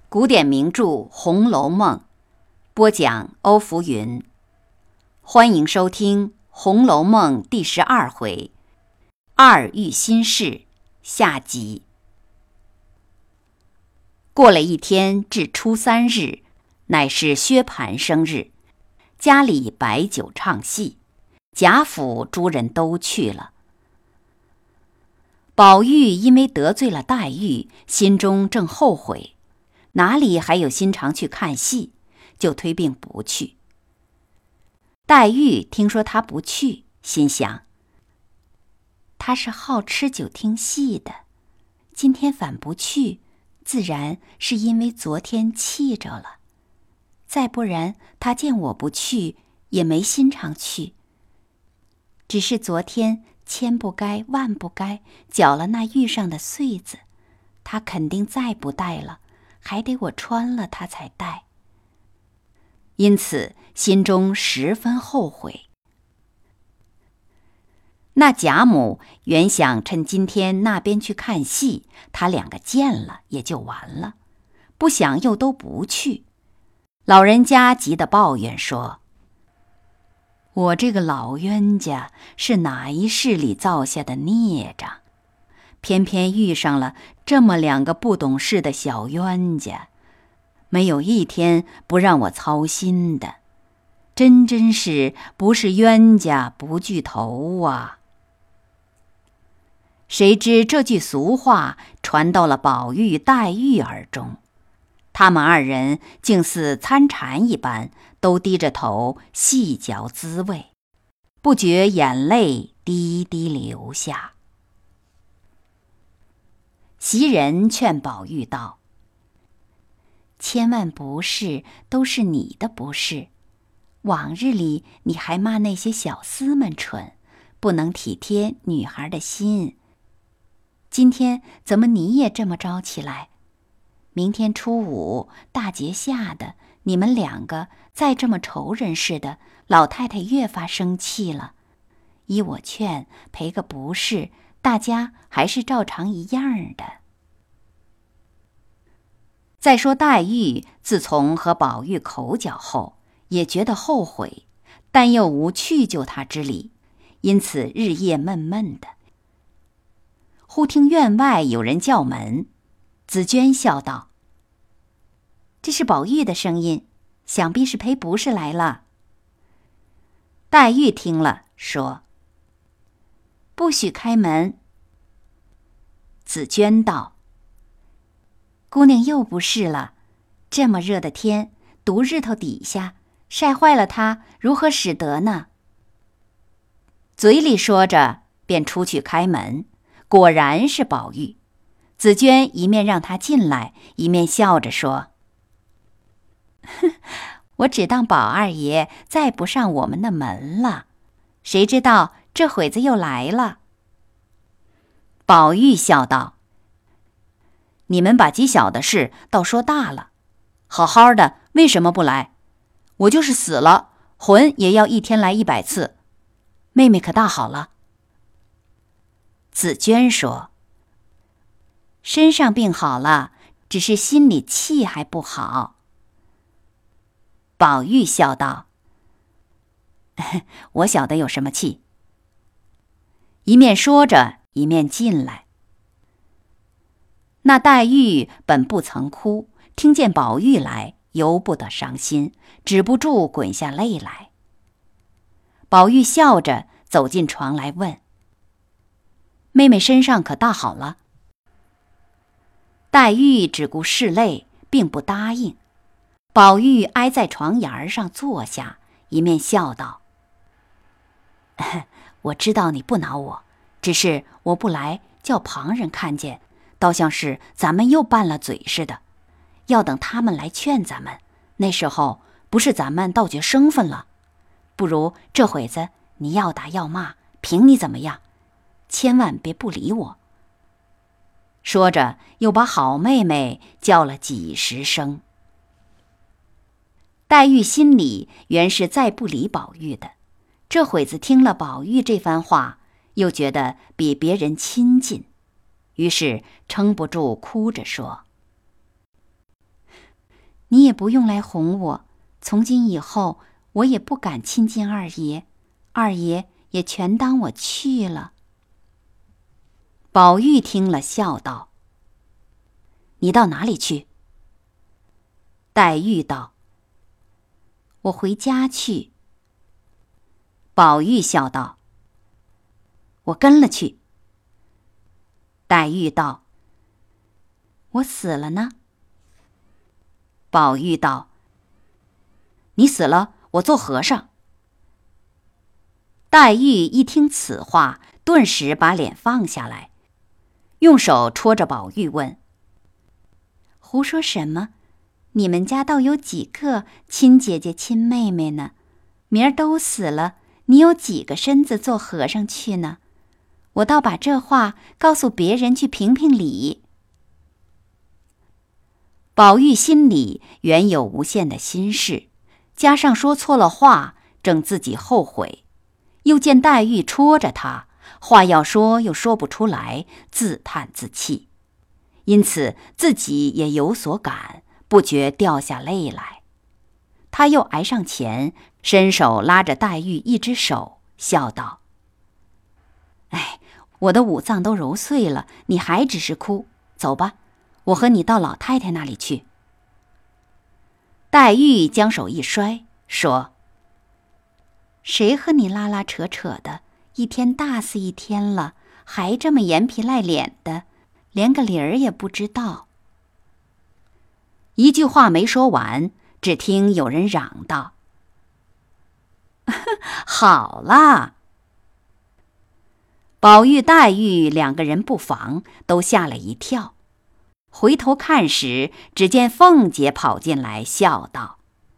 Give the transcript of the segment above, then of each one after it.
古典名著《红楼梦》，播讲欧福云。欢迎收听《红楼梦》第12回二遇心事下集。过了一天至初3日，乃是薛蟠生日，家里摆酒唱戏，贾府诸人都去了。宝玉因为得罪了黛玉，心中正后悔，哪里还有心肠去看戏，就推病不去。黛玉听说他不去，心想，他是好吃酒听戏的，今天反不去，自然是因为昨天气着了。再不然，他见我不去，也没心肠去。只是昨天千不该万不该搅了那玉上的穗子，他肯定再不戴了，还得我穿了他才戴。因此心中十分后悔。那贾母原想趁今天那边去看戏，他两个见了也就完了，不想又都不去。老人家急得抱怨说，我这个老冤家是哪一世里造下的孽障，偏偏遇上了这么2个不懂事的小冤家，没有一天不让我操心的，真是不是冤家不聚头啊。谁知这句俗话传到了宝玉黛玉耳中，他们2人竟似参禅一般，都低着头细嚼滋味，不觉眼泪滴滴流下。袭人劝宝玉道，千万不是都是你的不是，往日里你还骂那些小厮们蠢，不能体贴女孩的心，今天怎么你也这么着起来？明天初5大节下的，你们2个再这么仇人似的，老太太越发生气了。依我劝，赔个不是，大家还是照常一样的。再说黛玉自从和宝玉口角后，也觉得后悔，但又无去救他之理，因此日夜闷闷的。忽听院外有人叫门，紫鹃笑道，这是宝玉的声音，想必是赔不是来了。黛玉听了说，不许开门。紫鹃道，姑娘又不是了，这么热的天，毒日头底下晒坏了它，如何使得呢？嘴里说着便出去开门，果然是宝玉。紫鹃一面让他进来，一面笑着说，我只当宝二爷再不上我们的门了，谁知道这会子又来了。宝玉笑道，你们把极小的事倒说大了，好好的为什么不来？我就是死了，魂也要1天来100次。妹妹可大好了？紫鹃说，身上病好了，只是心里气还不好。宝玉笑道，我晓得有什么气。一面说着，一面进来。那黛玉本不曾哭，听见宝玉来，由不得伤心，止不住滚下泪来。宝玉笑着走进床来问，妹妹身上可大好了？黛玉只顾拭泪，并不答应。宝玉挨在床沿上坐下，一面笑道，我知道你不恼我，只是我不来，叫旁人看见，倒像是咱们又拌了嘴似的。要等他们来劝咱们，那时候不是咱们倒觉生分了。不如这会子你要打要骂，凭你怎么样，千万别不理我。说着又把好妹妹叫了几10声。黛玉心里原是再不理宝玉的，这会子听了宝玉这番话，又觉得比别人亲近，于是撑不住哭着说， 你也不用来哄我，从今以后我也不敢亲近二爷，二爷也全当我去了。”宝玉听了，笑道：“你到哪里去？”黛玉道：“我回家去。”宝玉笑道：“我跟了去。”黛玉道：“我死了呢。”宝玉道：“你死了，我做和尚。”黛玉一听此话，顿时把脸放下来，用手戳着宝玉问：“胡说什么？你们家倒有几个亲姐姐亲妹妹呢？明儿都死了，你有几个身子做和尚去呢？我倒把这话告诉别人去评评理。”宝玉心里原有无限的心事，加上说错了话，正自己后悔，又见黛玉戳着他，话要说又说不出来，自叹自气，因此自己也有所感，不觉掉下泪来。他又挨上前，伸手拉着黛玉一只手，笑道：“哎，我的五脏都揉碎了，你还只是哭，走吧，我和你到老太太那里去。”黛玉将手一摔，说：“谁和你拉拉扯扯的，一天大似一天了，还这么严皮赖脸的，连个理儿也不知道。”一句话没说完，只听有人嚷道：“好啦！”宝玉、黛玉两个人不防，都吓了一跳，回头看时，只见凤姐跑进来，笑道：“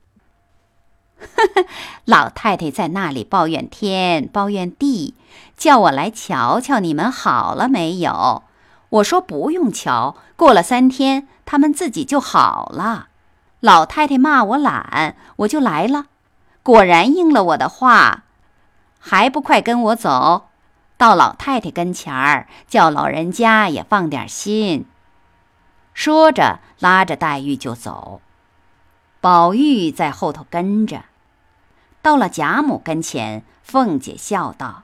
老太太在那里抱怨天抱怨地，叫我来瞧瞧你们好了没有。我说不用瞧，过了3天他们自己就好了。老太太骂我懒，我就来了，果然应了我的话，还不快跟我走，到老太太跟前儿，叫老人家也放点心。”说着拉着黛玉就走，宝玉在后头跟着。到了贾母跟前，凤姐笑道：“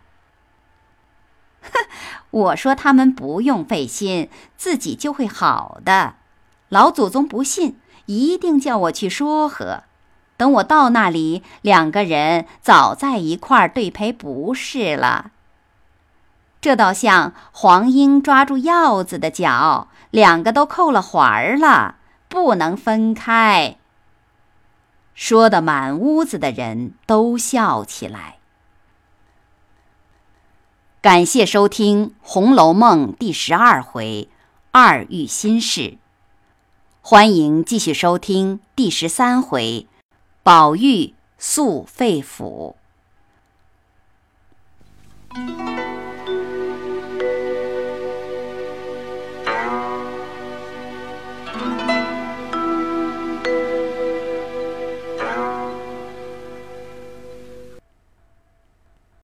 我说他们不用费心，自己就会好的。老祖宗不信，一定叫我去说和。等我到那里，两个人早在一块儿对赔不是了。这倒像黄莺抓住鹞子的脚，两个都扣了环儿了，不能分开。”说的满屋子的人都笑起来。感谢收听《红楼梦》第12回二遇心事，欢迎继续收听第13回宝玉诉肺腑。